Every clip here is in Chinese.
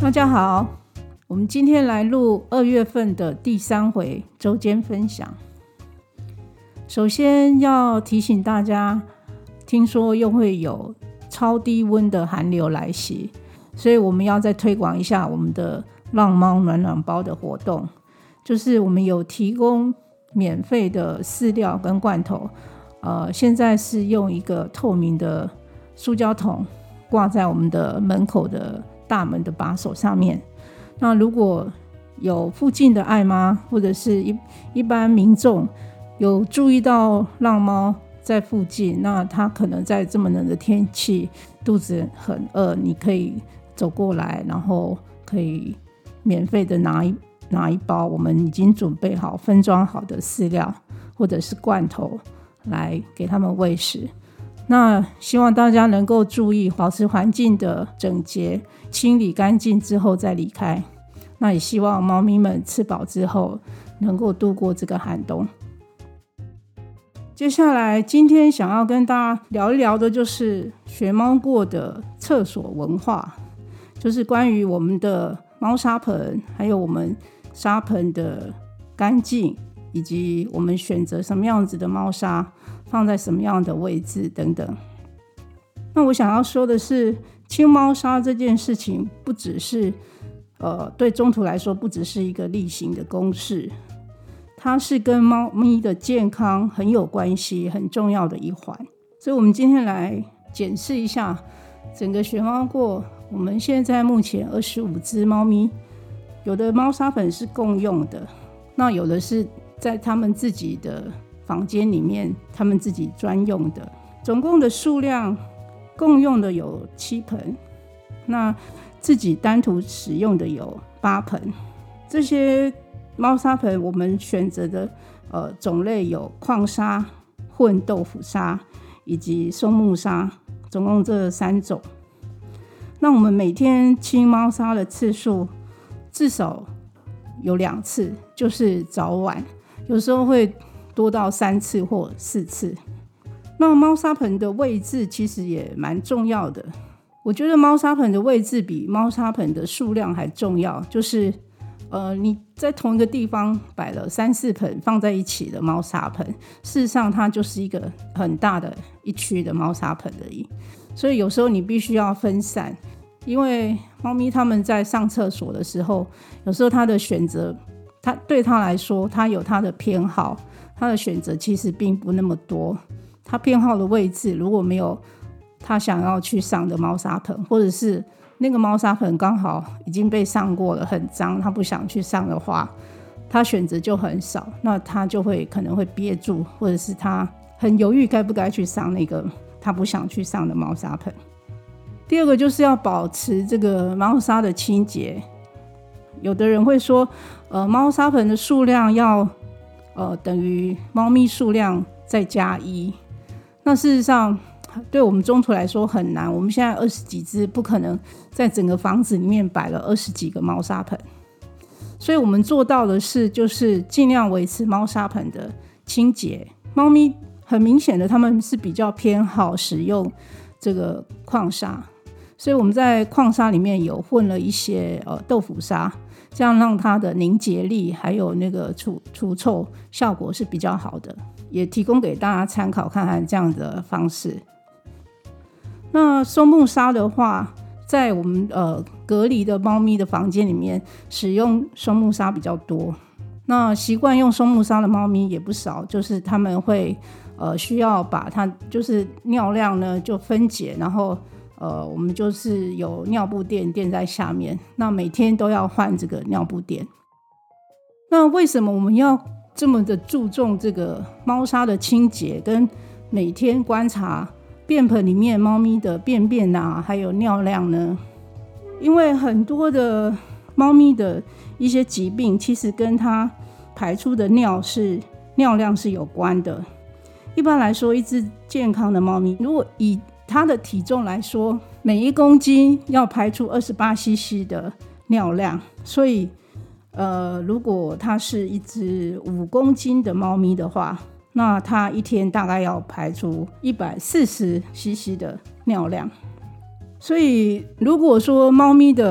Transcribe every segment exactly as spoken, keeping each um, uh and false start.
大家好，我们今天来录二月份的第三回周间分享。首先要提醒大家，听说又会有超低温的寒流来袭，所以我们要再推广一下我们的让猫暖暖包的活动，就是我们有提供免费的饲料跟罐头，呃，现在是用一个透明的塑胶桶挂在我们的门口的大门的把手上面。那如果有附近的爱妈或者是 一, 一般民众有注意到浪猫在附近，那它可能在这么冷的天气肚子很饿，你可以走过来，然后可以免费的拿一拿一包我们已经准备好分装好的饲料或者是罐头来给他们喂食。那希望大家能够注意保持环境的整洁，清理干净之后再离开。那也希望猫咪们吃饱之后能够度过这个寒冬。接下来今天想要跟大家聊一聊的就是学猫过的厕所文化，就是关于我们的猫砂盆，还有我们砂盆的干净，以及我们选择什么样子的猫砂放在什么样的位置等等。那我想要说的是，清猫砂这件事情不只是呃，对中途来说不只是一个例行的公事，它是跟猫咪的健康很有关系，很重要的一环。所以我们今天来检视一下整个学猫过，我们现在目前二十五只猫咪，有的猫砂盆是共用的，那有的是在他们自己的房间里面他们自己专用的，总共的数量共用的有七盆，那自己单独使用的有八盆。这些猫砂盆我们选择的呃种类有矿砂、混豆腐砂以及松木砂，总共这三种。那我们每天清猫砂的次数至少有两次，就是早晚，有时候会多到三次或四次。那猫砂盆的位置其实也蛮重要的，我觉得猫砂盆的位置比猫砂盆的数量还重要，就是呃，你在同一个地方摆了三四盆放在一起的猫砂盆，事实上它就是一个很大的一区的猫砂盆而已。所以有时候你必须要分散，因为猫咪它们在上厕所的时候，有时候它的选择，它对它来说，它有它的偏好，它的选择其实并不那么多。它偏好的位置如果没有它想要去上的猫砂盆，或者是那个猫砂盆刚好已经被上过了很脏，它不想去上的话，它选择就很少，那它就会可能会憋住，或者是它很犹豫该不该去上那个它不想去上的猫砂盆。第二个就是要保持这个猫砂的清洁。有的人会说呃，猫砂盆的数量要呃等于猫咪数量再加一，那事实上对我们中途来说很难，我们现在二十几只，不可能在整个房子里面摆了二十几个猫砂盆，所以我们做到的是就是尽量维持猫砂盆的清洁。猫咪很明显的他们是比较偏好使用这个矿砂，所以我们在矿砂里面有混了一些、呃、豆腐砂，这样让它的凝结力还有那个 除, 除臭效果是比较好的，也提供给大家参考看看这样的方式。那松木砂的话，在我们呃隔离的猫咪的房间里面使用松木砂比较多，那习惯用松木砂的猫咪也不少，就是他们会呃需要把它就是尿量呢就分解，然后呃我们就是有尿布垫垫在下面，那每天都要换这个尿布垫。那为什么我们要这么的注重这个猫砂的清洁，跟每天观察便盆里面猫咪的便便啊还有尿量呢？因为很多的猫咪的一些疾病其实跟它排出的尿是尿量是有关的。一般来说，一只健康的猫咪如果以它的体重来说，每一公斤要排出 二十八西西 的尿量，所以呃，如果它是一只五公斤的猫咪的话，那它一天大概要排出一百四十西西 的尿量。所以如果说猫咪的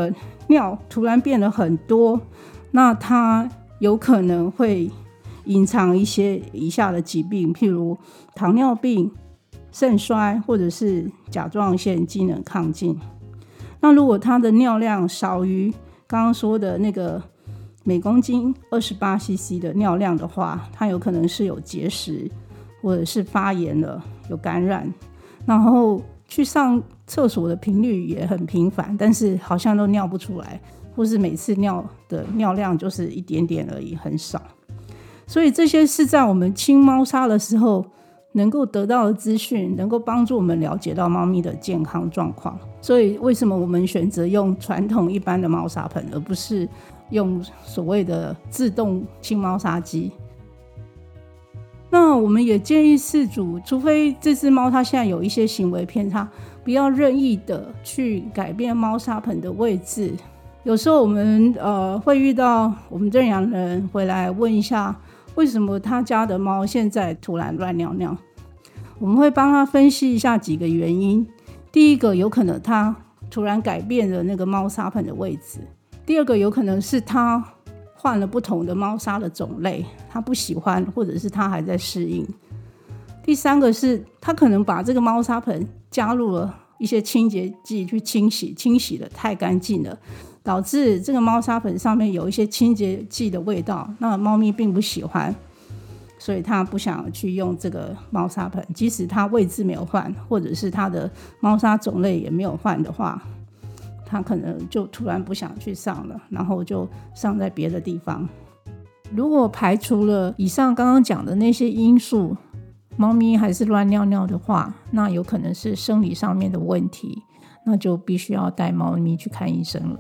尿突然变得很多，那它有可能会隐藏一些以下的疾病，譬如糖尿病、肾衰或者是甲状腺机能亢进。那如果它的尿量少于刚刚说的那个每公斤 二十八 C C 的尿量的话，它有可能是有结石或者是发炎了，有感染，然后去上厕所的频率也很频繁，但是好像都尿不出来，或是每次尿的尿量就是一点点而已，很少。所以这些是在我们清猫砂的时候能够得到的资讯，能够帮助我们了解到猫咪的健康状况。所以为什么我们选择用传统一般的猫砂盆，而不是用所谓的自动清猫砂机？那我们也建议饲主，除非这只猫它现在有一些行为偏差，不要任意的去改变猫砂盆的位置。有时候我们呃会遇到我们认养人回来问一下，为什么他家的猫现在突然乱尿尿？我们会帮他分析一下几个原因。第一个，有可能他突然改变了那个猫砂盆的位置；第二个，有可能是他换了不同的猫砂的种类，他不喜欢，或者是他还在适应；第三个是他可能把这个猫砂盆加入了一些清洁剂去清洗，清洗的太干净了，导致这个猫砂盆上面有一些清洁剂的味道，那猫咪并不喜欢，所以他不想去用这个猫砂盆。即使它位置没有换，或者是它的猫砂种类也没有换的话，他可能就突然不想去上了，然后就上在别的地方。如果排除了以上刚刚讲的那些因素，猫咪还是乱尿尿的话，那有可能是生理上面的问题，那就必须要带猫咪去看医生了。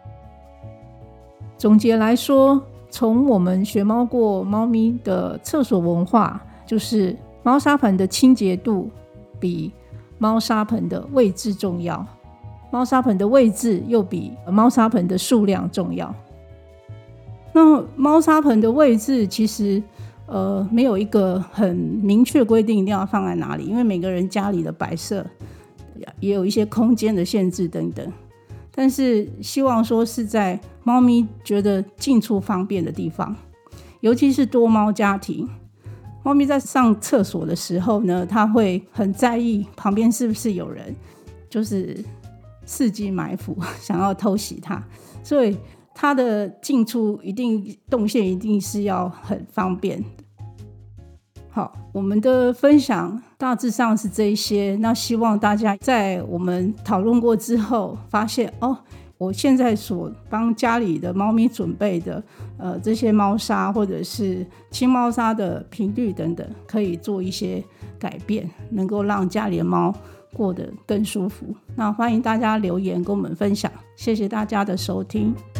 总结来说，从我们学猫过猫咪的厕所文化，就是猫砂盆的清洁度比猫砂盆的位置重要，猫砂盆的位置又比猫砂盆的数量重要。那猫砂盆的位置其实呃没有一个很明确规定一定要放在哪里，因为每个人家里的摆设也有一些空间的限制等等，但是希望说是在猫咪觉得进出方便的地方，尤其是多猫家庭，猫咪在上厕所的时候呢，它会很在意旁边是不是有人就是伺机埋伏想要偷袭它，所以它的进出一定动线一定是要很方便的。好，我们的分享大致上是这一些，那希望大家在我们讨论过之后发现，哦，我现在所帮家里的猫咪准备的呃这些猫砂或者是清猫砂的频率等等，可以做一些改变，能够让家里的猫过得更舒服。那欢迎大家留言跟我们分享，谢谢大家的收听。